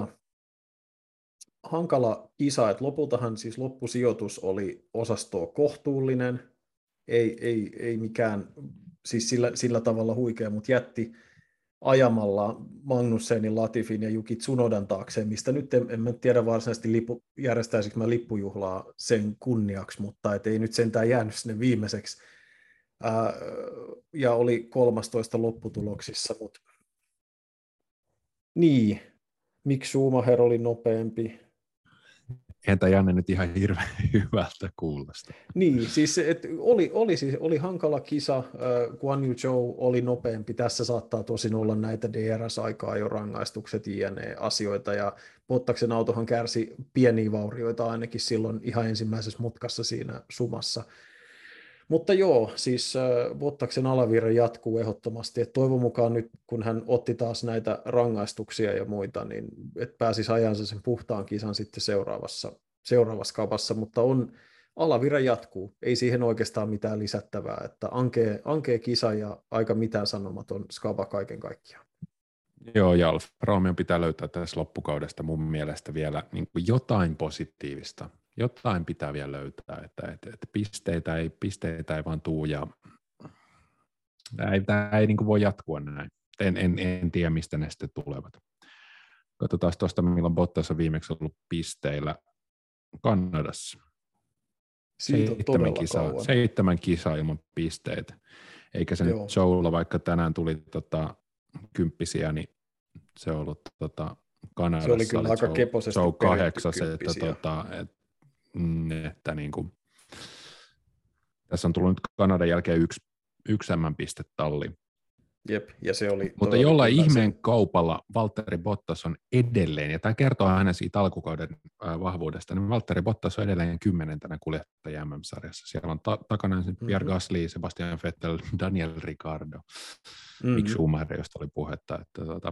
hankala kisa, että lopultahan siis loppusijoitus oli osastoa kohtuullinen, ei mikään siis sillä tavalla huikea, mutta jätti ajamalla Magnussenin, Latifin ja Yuki Tsunodan taakseen, mistä nyt en mä tiedä varsinaisesti järjestäisikö mä lippujuhlaa sen kunniaksi, mutta ei nyt sentään jäänyt sinne viimeiseksi. Ja oli 13 lopputuloksissa, mutta niin, miksi Schumacher oli nopeampi? Entä Janne nyt ihan hirveän hyvältä kuulosta. Niin, siis oli hankala kisa, Guan Yu Zhou oli nopeampi, tässä saattaa tosin olla näitä DRS-aikaa jo rangaistukset asioita ja Bottaksen autohan kärsi pieniä vaurioita ainakin silloin ihan ensimmäisessä mutkassa siinä sumassa. Mutta joo, siis Bottaksen alavirra jatkuu ehdottomasti, että toivon mukaan nyt, kun hän otti taas näitä rangaistuksia ja muita, niin et pääsisi ajansa sen puhtaan kisan sitten seuraavassa kapassa, mutta alavirra jatkuu, ei siihen oikeastaan mitään lisättävää, että ankea kisa ja aika mitään sanomaton skaba kaiken kaikkiaan. Joo, ja Alfa Romeon pitää löytää tässä loppukaudesta mun mielestä vielä niin kuin jotain positiivista. Jotain pitää vielä löytää, että pisteitä ei vaan tuu ja tämä ei niin kuin voi jatkua näin. En tiedä, mistä ne sitten tulevat. Katsotaan tuosta, milloin Bottas on viimeksi ollut pisteillä Kanadassa. 7 kisaa ilman pisteitä. Eikä se nyt Zhoulla, vaikka tänään tuli 10, niin se on ollut Kanadassa. Se oli kyllä aika keposesti Zhou 8, että niin kuin, tässä on tullut nyt Kanadan jälkeen yksi M-piste talliin. Jep, ja se oli mutta jollain ihmeen kaupalla Valtteri Bottas on edelleen, ja tämä kertoo hänen siitä alkukauden vahvuudesta, niin Valtteri Bottas on edelleen 10. kuljettaja MM-sarjassa. Siellä on takana Pierre Gasly, Sebastian Vettel, Daniel Ricciardo, Mick Schumacher, josta oli puhetta. Että,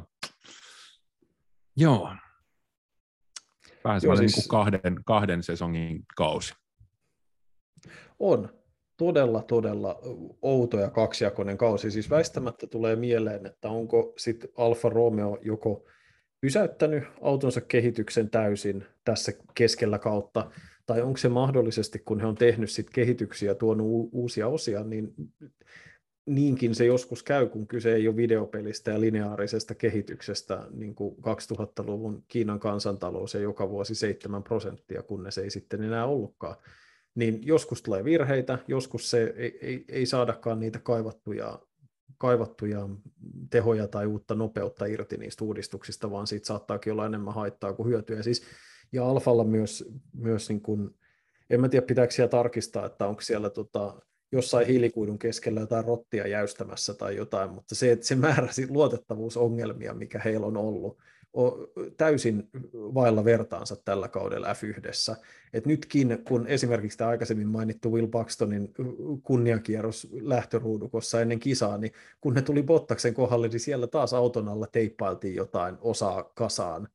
joo. Pääsee siis niin kahden sesongin kausi. On. Todella outo ja kaksijakoinen kausi. Siis väistämättä tulee mieleen, että onko sitten Alfa Romeo joko pysäyttänyt autonsa kehityksen täysin tässä keskellä kautta, tai onko se mahdollisesti, kun he on tehnyt sit kehityksiä ja tuonut uusia osia, niin niinkin se joskus käy, kun kyse ei ole videopelistä ja lineaarisesta kehityksestä, niin kuin 2000-luvun Kiinan kansantalous ja joka vuosi 7%, kunnes ei sitten enää ollutkaan. Niin joskus tulee virheitä, joskus se ei saadakaan niitä kaivattuja tehoja tai uutta nopeutta irti niistä uudistuksista, vaan siitä saattaakin olla enemmän haittaa kuin hyötyä. Ja Alfalla myös niin kuin, en mä tiedä pitääkö siellä tarkistaa, että onko siellä jossain hiilikuidun keskellä jotain rottia jäystämässä tai jotain, mutta se, että se määrä luotettavuusongelmia, mikä heillä on ollut, on täysin vailla vertaansa tällä kaudella F1:ssä. Et nytkin, kun esimerkiksi tämä aikaisemmin mainittu Will Buxtonin kunniakierros lähtöruudukossa ennen kisaa, niin kun ne tuli Bottaksen kohdalle, niin siellä taas auton alla teippailtiin jotain osaa kasaan.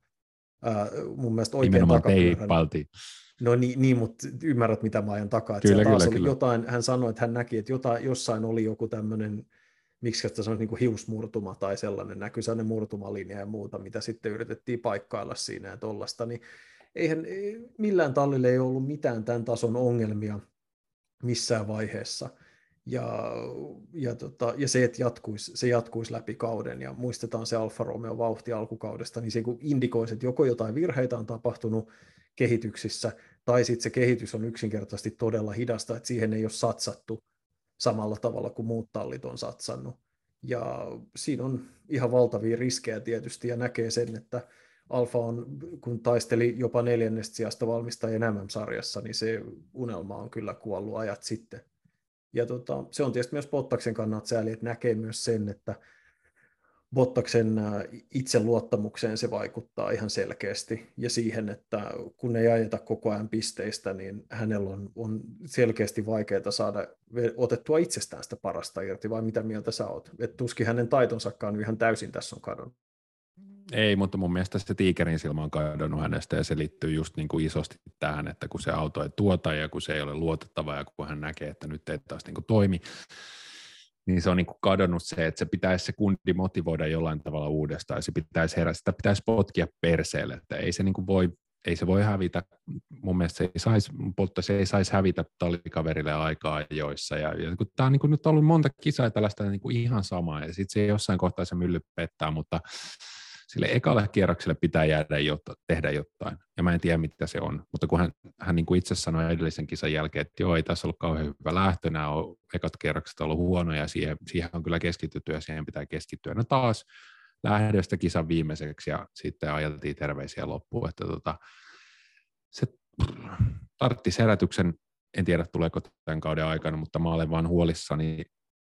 Mun mielestä oikein nimenomaan takapyörän. teippailtiin. No niin, mutta ymmärrät, mitä mä ajan takaa. Kyllä, taas oli kyllä. jotain, hän sanoi, että hän näki, että jossain oli joku tämmöinen, miksi sitä sanoisi, niin kuin hiusmurtuma tai sellainen, näkyi sellainen murtumalinja ja muuta, mitä sitten yritettiin paikkailla siinä ja tollaista, niin eihän millään tallille ei ollut mitään tämän tason ongelmia missään vaiheessa. Ja se, että se jatkuisi läpi kauden, ja muistetaan se Alfa Romeo vauhti alkukaudesta, niin se kun indikoisi, että joko jotain virheitä on tapahtunut kehityksissä, tai sitten se kehitys on yksinkertaisesti todella hidasta, että siihen ei ole satsattu samalla tavalla kuin muut tallit on satsannut. Ja siinä on ihan valtavia riskejä tietysti, ja näkee sen, että Alfa on, kun taisteli jopa 4. sijasta valmistajien MM-sarjassa, niin se unelma on kyllä kuollut ajat sitten. Ja se on tietysti myös Bottaksen kannalta sääli, että näkee myös sen, että Bottaksen itseluottamukseen se vaikuttaa ihan selkeästi, ja siihen, että kun ei ajeta koko ajan pisteistä, niin hänellä on selkeästi vaikeaa saada otettua itsestään sitä parasta irti, vai mitä mieltä sä oot? Et tuskin hänen taitonsakaan ihan täysin tässä on kadonnut. Ei, mutta mun mielestä se tiikerin silmä on kadonnut hänestä, ja se liittyy just niin kuin isosti tähän, että kun se auto ei tuota ja kun se ei ole luotettava ja kun hän näkee, että nyt ei taas niin kuin toimi, niin se on niin kuin kadonnut se, että se pitäisi se kundi motivoida jollain tavalla uudestaan ja se pitäisi sitä pitäisi potkia perseelle, että ei se, niin kuin ei se voi hävitä, mun mielestä se ei saisi hävitä tallikaverille aikaa ajoissa ja kun tämä on niin kuin nyt ollut monta kisaa tällaista niin kuin ihan samaa ja sitten se jossain kohtaa se mylly pettää, mutta sille ekalle kierrokselle pitää tehdä jotain, ja mä en tiedä, mitä se on. Mutta kun hän niin kuin itse sanoi edellisen kisan jälkeen, että joo, ei tässä ollut kauhean hyvä lähtö, nämä ekat kierrokset ollut huonoja, siihen on kyllä keskitytty, ja siihen pitää keskittyä. No taas lähdöstä kisan viimeiseksi, ja sitten ajeltiin terveisiä loppuun. Että se tarvitsi herätyksen, en tiedä tuleeko tämän kauden aikana, mutta mä olen vaan huolissani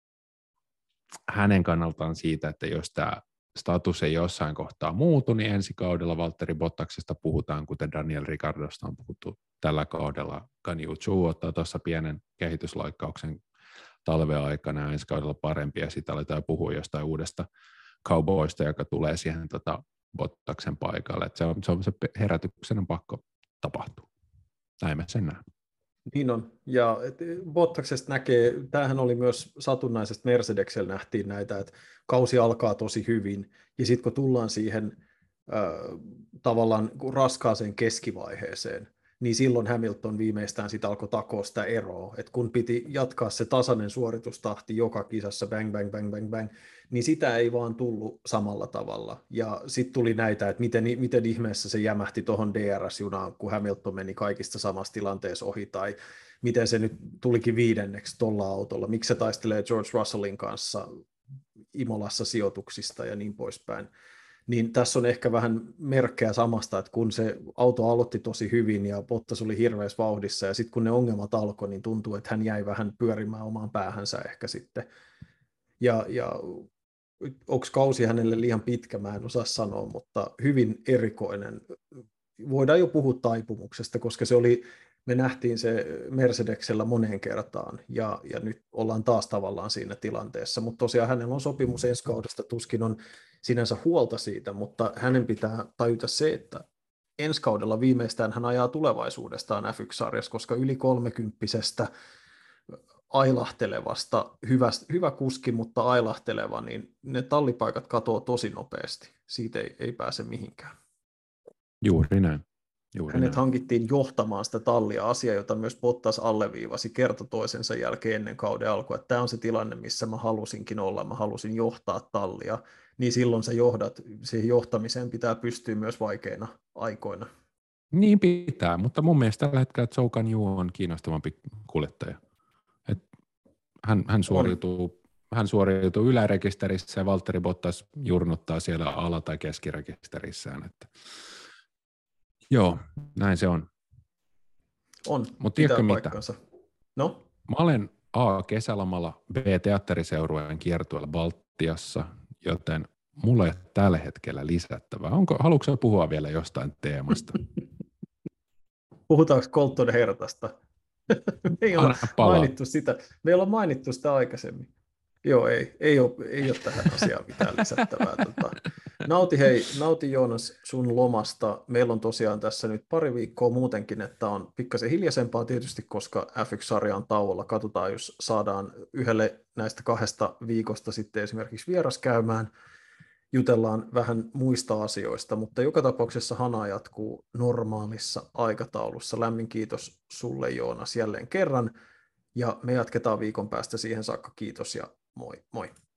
hänen kannaltaan siitä, että jos tämä status ei jossain kohtaa muutu, niin ensi kaudella Valtteri Bottaksesta puhutaan, kuten Daniel Ricciardosta on puhuttu tällä kaudella. Guanyu Zhou ottaa tuossa pienen kehitysloikkauksen talven aikana ja ensi kaudella parempi, ja sitten aletaan puhua jostain uudesta cowboysta, joka tulee siihen Bottaksen paikalle. Se herätyksen on pakko tapahtua. Näin mä sen näen. Niin on, ja Bottaksesta näkee, tämähän oli myös satunnaisesta Mercedeksellä nähtiin näitä, että kausi alkaa tosi hyvin, ja sitten kun tullaan siihen tavallaan raskaaseen keskivaiheeseen, niin silloin Hamilton viimeistään sitten alkoi takoa sitä eroa, että kun piti jatkaa se tasainen suoritustahti joka kisassa, bang, bang, bang, bang, bang, niin sitä ei vaan tullut samalla tavalla. Ja sitten tuli näitä, että miten ihmeessä se jämähti tuohon DRS-junaan, kun Hamilton meni kaikista samassa tilanteessa ohi, tai miten se nyt tulikin 5. tuolla autolla, miksi se taistelee George Russellin kanssa Imolassa sijoituksista ja niin poispäin. Niin tässä on ehkä vähän merkkejä samasta, että kun se auto aloitti tosi hyvin ja Bottas oli hirveässä vauhdissa ja sitten kun ne ongelmat alkoi, niin tuntuu, että hän jäi vähän pyörimään omaan päähänsä ehkä sitten. Ja onko kausi hänelle liian pitkä, mä en osaa sanoa, mutta hyvin erikoinen. Voidaan jo puhua taipumuksesta, koska me nähtiin se Mercedeksellä moneen kertaan ja nyt ollaan taas tavallaan siinä tilanteessa, mutta tosiaan hänellä on sopimus ensi kaudesta, tuskin on sinänsä huolta siitä, mutta hänen pitää tajuta se, että ensi kaudella viimeistään hän ajaa tulevaisuudestaan F1-sarjassa, koska yli 30-vuotiaasta ailahtelevasta, hyvä kuski, mutta ailahteleva, niin ne tallipaikat katoaa tosi nopeasti. Siitä ei pääse mihinkään. Juuri näin. Hänet hankittiin johtamaan sitä tallia, asia, jota myös Bottas alleviivasi kerta toisensa jälkeen ennen kauden alkua, että tämä on se tilanne, missä mä halusinkin olla, mä halusin johtaa tallia, niin silloin sä johdat, siihen johtamiseen pitää pystyä myös vaikeina aikoina. Niin pitää, mutta mun mielestä tällä hetkellä Zhou Guanyu on kiinnostavampi kuljettaja. Hän suoriutuu ylärekisterissä ja Valtteri Bottas jurnuttaa siellä ala- tai keskirekisterissään, että joo, näin se on. On, mutta tiedätkö mitä? No? Mä olen kesälomalla, B teatteriseurueen kiertueella Baltiassa, joten mulla ei ole tällä hetkellä lisättävää. Haluatko sä puhua vielä jostain teemasta? Puhutaanko Colton Hertasta? Me ei ole mainittu sitä. Meillä on mainittu sitä aikaisemmin. Joo, ei ole tähän asiaan mitään lisättävää. Nauti Joonas sun lomasta. Meillä on tosiaan tässä nyt pari viikkoa muutenkin, että on pikkasen hiljaisempaa tietysti, koska F1-sarja on tauolla. Katsotaan, jos saadaan yhdelle näistä 2 viikosta sitten esimerkiksi vieras käymään. Jutellaan vähän muista asioista, mutta joka tapauksessa Hana jatkuu normaalissa aikataulussa. Lämmin kiitos sulle, Joonas, jälleen kerran. Ja me jatketaan viikon päästä siihen saakka. Kiitos ja moi moi.